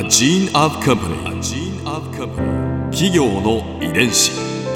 gene of company. A 企業の遺伝子。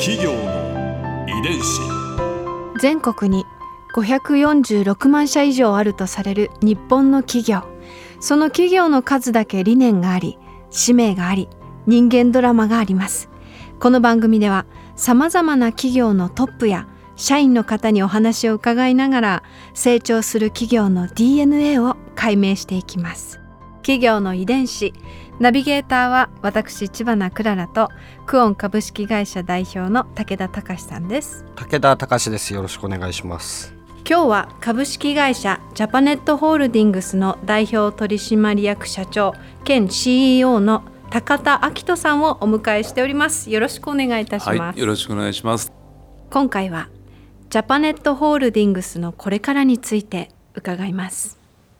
全国に546万社以上あるとされる日本の企業。その企業の数だけ理念があり、使命があり、人間ドラマがあります。この番組ではさまざまな企業のトップや社員の方にお話を伺いながら、成長する企業の DNA を解明していきます。企業の遺伝子。ナビゲーターは私知花くららとクオン株式会社代表の武田隆さんです。 武田隆です。よろしくお願いします。 今日は株式会社ジャパネットホールディングスの代表取締役社長兼 CEO の高田明人さんをお迎えしております。よろしくお願いいたします。 はい、よろしくお願いします。 今回はジャパネットホールディングスのこれからについて伺います。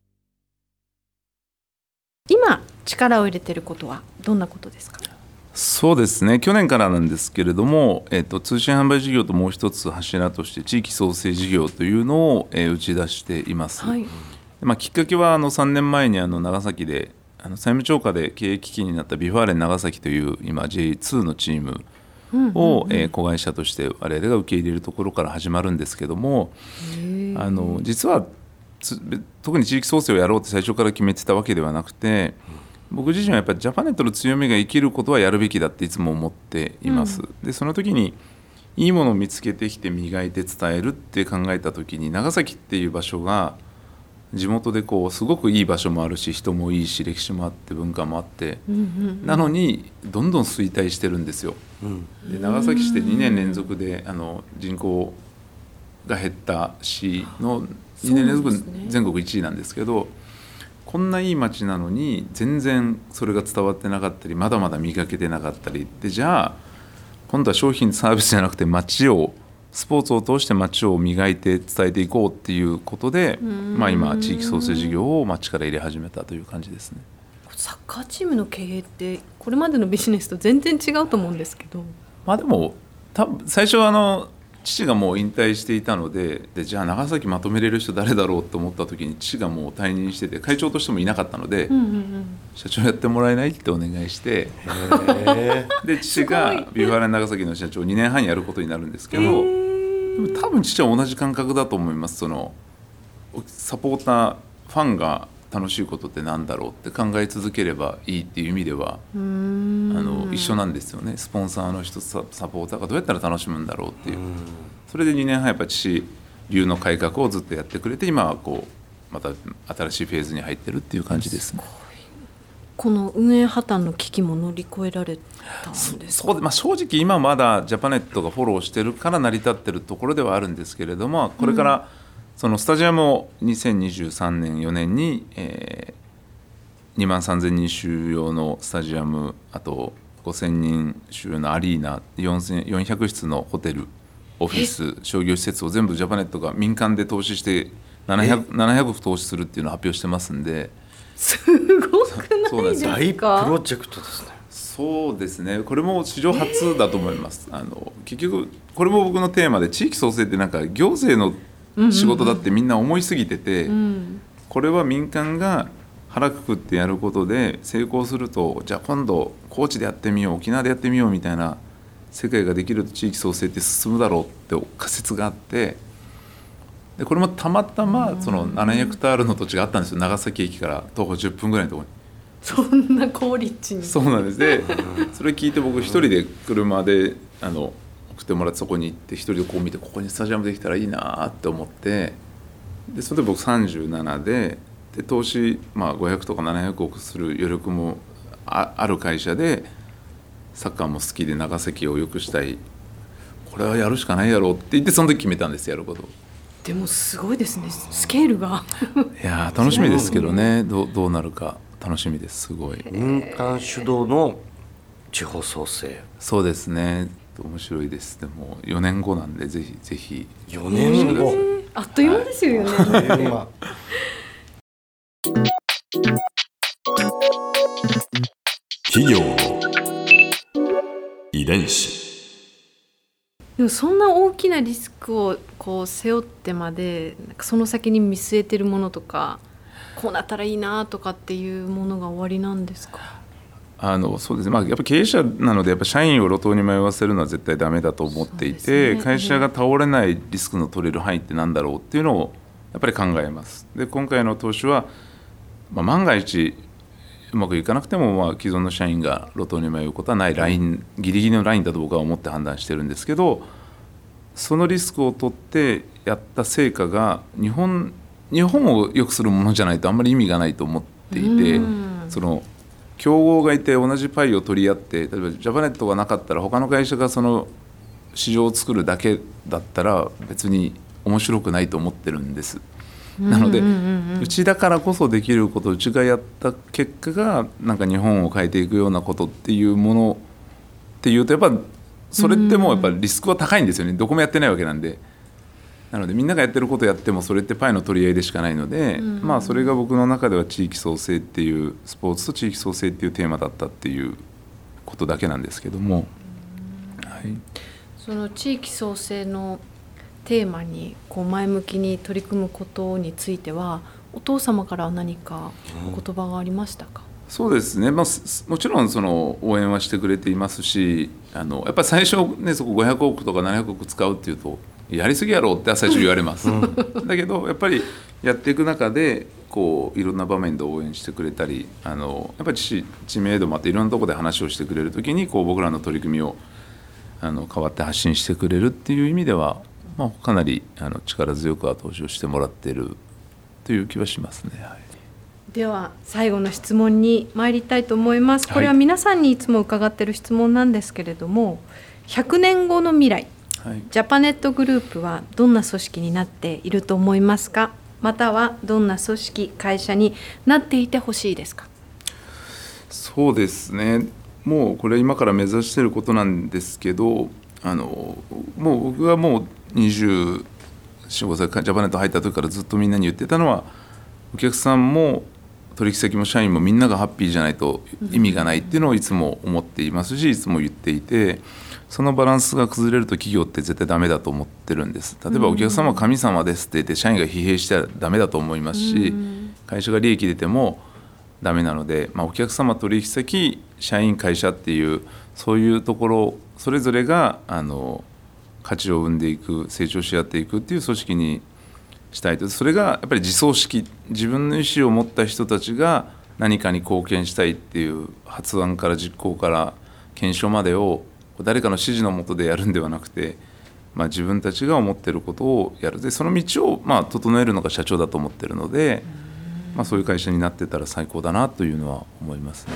今力を入れていることはどんなことですか？ そうですね、去年からなんですけれども、通信販売事業ともう一つ柱として地域創生事業というのを、打ち出しています。はい。きっかけは3年前に長崎で債務超過で経営危機になったビファーレン長崎という今 J2 のチームを、子会社として我々が受け入れるところから始まるんですけども、実は特に地域創生をやろうって最初から決めてたわけではなくて、僕自身はやっぱりジャパネットの強みが生きることはやるべきだっていつも思っています。でその時にいいものを見つけてきて磨いて伝えるって考えた時に、長崎っていう場所が地元ですごくいい場所もあるし、人もいいし、歴史もあって文化もあって、なのにどんどん衰退してるんですよ。で長崎市って2年連続で人口が減った市の2年連続全国1位なんですけど、こんないい街なのに全然それが伝わってなかったり、まだまだ磨けてなかったりで、じゃあ今度は商品サービスじゃなくて街を、スポーツを通して街を磨いて伝えていこうっていうことで、今地域創生事業を力入れ始めたという感じですね。 サッカーチームの経営ってこれまでのビジネスと全然違うと思うんですけど、 でも多分最初は父がもう引退していたので、じゃあ長崎まとめれる人誰だろうと思った時に、父がもう退任してて会長としてもいなかったので、社長やってもらえないってお願いして、で父がビファーレン長崎の社長を2年半やることになるんですけど、でも多分父は同じ感覚だと思います。サポーター、ファンが楽しいことってなんだろうって考え続ければいいっていう意味では一緒なんですよね。スポンサーの人、サポーターがどうやったら楽しむんだろうっていう、それで2年半やっぱ父流の改革をずっとやってくれて、今はまた新しいフェーズに入ってるっていう感じですね。 この運営破綻の危機も乗り越えられたんですか？ 正直今まだジャパネットがフォローしてるから成り立ってるところではあるんですけれども、これからそのスタジアムを2023年4年に、2万3000人収容のスタジアム、あと5000人収容のアリーナ、400室のホテル、オフィス、商業施設を全部ジャパネットが民間で投資して700億投資するっていうのを発表してますんで。 すごくないですか？ 大プロジェクトですね。 そうですね、これも史上初だと思います。結局これも僕のテーマで、地域創生って行政の仕事だってみんな思いすぎてて、これは民間が腹くくってやることで成功すると、じゃあ今度高知でやってみよう、沖縄でやってみようみたいな世界ができると地域創生って進むだろうって仮説があって、でこれもたまたまその7ヘクタールの土地があったんですよ。長崎駅から徒歩10分ぐらいのところに。 そんな好立地に。 そうなんです。でそれ聞いて僕一人で車で送ってもらって、そこに行って一人で見て、ここにスタジアムできたらいいなって思って、でそれで僕37で投資、500とか700億する余力も ある会社で、サッカーも好きで長崎を良くしたい、これはやるしかないやろうって言って、その時決めたんです、やること。 でもすごいですね、スケールが。 いや楽しみですけどね、どうなるか楽しみです。すごい民間主導の地方創生。 そうですね、面白いです。でも4年後なんで、ぜひ 4年後、 あっという間ですよね。 企業の遺伝子。 でもそんな大きなリスクを背負ってまで、その先に見据えてるものとか、こうなったらいいなとかっていうものが終わりなんですか？ そうですね、やっぱ経営者なのでやっぱ社員を路頭に迷わせるのは絶対ダメだと思っていて、会社が倒れないリスクの取れる範囲ってなんだろうっていうのをやっぱり考えます。で今回の投資は、万が一うまくいかなくても、既存の社員が路頭に迷うことはないライン、ギリギリのラインだと僕は思って判断してるんですけど、そのリスクを取ってやった成果が日本を良くするものじゃないとあんまり意味がないと思っていて、その競合がいて同じパイを取り合って、例えばジャパネットがなかったら他の会社がその市場を作るだけだったら別に面白くないと思ってるんです。なので、うちだからこそできること、うちがやった結果がなんか日本を変えていくようなことっていうものっていうと、やっぱそれってもうやっぱリスクは高いんですよね。どこもやってないわけなんで。なのでみんながやってることやってもそれってパイの取り合いでしかないので、それが僕の中では地域創生っていう、スポーツと地域創生っていうテーマだったっていうことだけなんですけども、 その地域創生のテーマに前向きに取り組むことについてはお父様から何かお言葉がありましたか？ そうですね、もちろんその応援はしてくれていますし、やっぱり最初ね、そこ500億とか700億使うっていうとやりすぎやろうって最初言われます、だけどやっぱりやっていく中でいろんな場面で応援してくれたり、やっぱり知名度もあっていろんなところで話をしてくれるときに僕らの取り組みを変わって発信してくれるっていう意味では、かなり力強く後押しをしてもらっているという気はしますね。 では最後の質問に参りたいと思います。これは皆さんにいつも伺っている質問なんですけれども、100年後の未来、ジャパネットグループはどんな組織になっていると思いますか？またはどんな組織、会社になっていてほしいですか？ そうですね、もうこれ今から目指していることなんですけど、もう僕がもう24、5歳ジャパネット入った時からずっとみんなに言ってたのは、お客さんも取引先も社員もみんながハッピーじゃないと意味がないっていうのをいつも思っていますし、いつも言っていて、そのバランスが崩れると企業って絶対ダメだと思ってるんです。例えばお客様は神様ですって言って社員が疲弊してはダメだと思いますし、会社が利益出てもダメなので、お客様、取引先、社員、会社っていうそういうところそれぞれが価値を生んでいく、成長し合っていくっていう組織にしたいと。それがやっぱり自走式、自分の意思を持った人たちが何かに貢献したいっていう発案から実行から検証までを誰かの指示の下でやるんではなくて、自分たちが思っていることをやる。でその道を整えるのが社長だと思っているので、そういう会社になってたら最高だなというのは思いますね。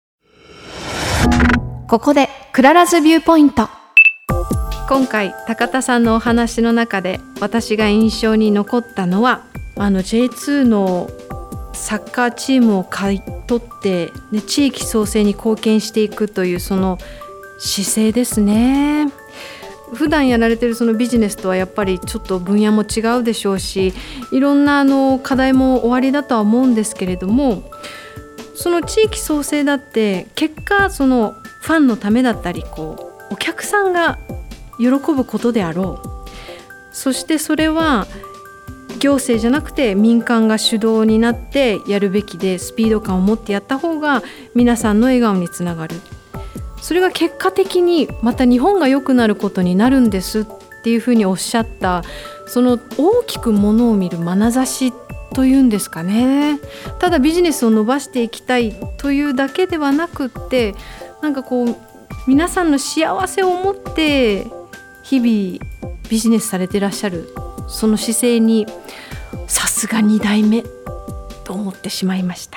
ここでクララズビューポイント。今回高田さんのお話の中で私が印象に残ったのは、J2 のサッカーチームを買い取って、地域創生に貢献していくというその姿勢ですね。普段やられているそのビジネスとはやっぱりちょっと分野も違うでしょうし、いろんな課題もおありだとは思うんですけれども、その地域創生だって結果そのファンのためだったり、お客さんが喜ぶことであろう。そしてそれは行政じゃなくて民間が主導になってやるべきで、スピード感を持ってやった方が皆さんの笑顔につながる。それが結果的にまた日本が良くなることになるんですっていうふうにおっしゃった、その大きくものを見る眼差しというんですかね。ただビジネスを伸ばしていきたいというだけではなくって、皆さんの幸せを持って日々ビジネスされていらっしゃる、その姿勢にさすが2代目と思ってしまいました。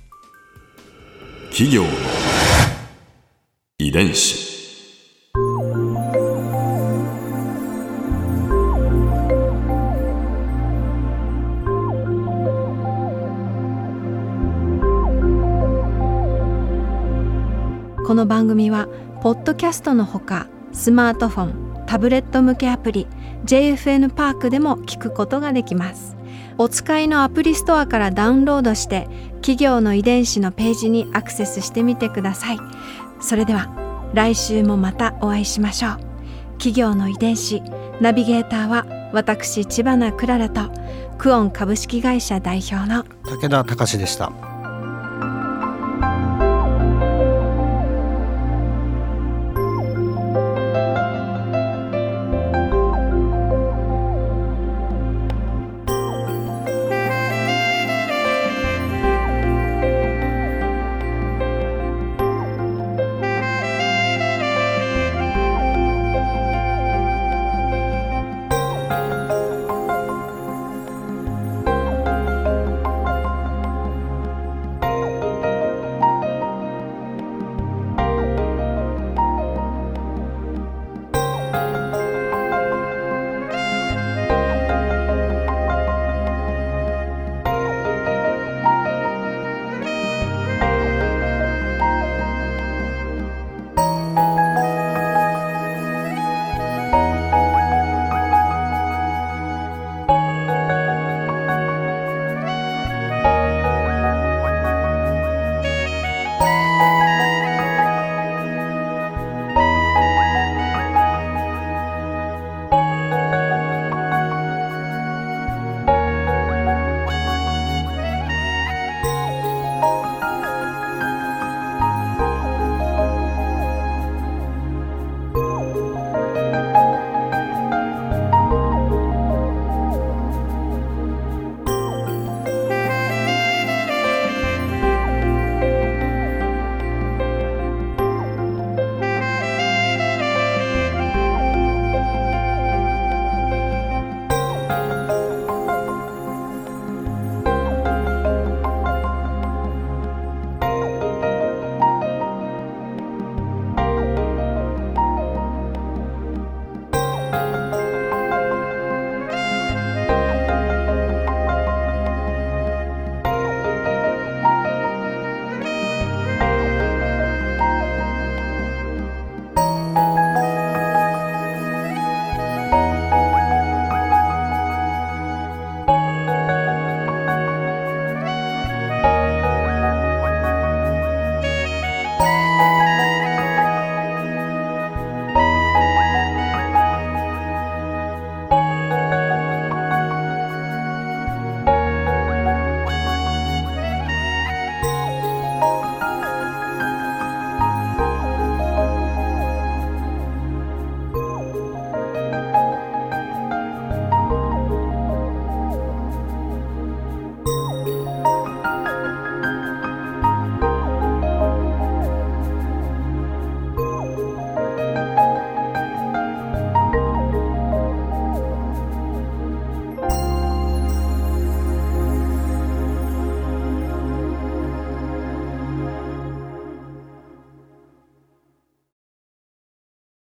企業の遺伝子。 この番組はポッドキャストのほか、スマートフォン、タブレット向けアプリ JFN パークでも聞くことができます。お使いのアプリストアからダウンロードして企業の遺伝子のページにアクセスしてみてください。それでは来週もまたお会いしましょう。企業の遺伝子、ナビゲーターは私、知花くららとクオン株式会社代表の武田隆でした。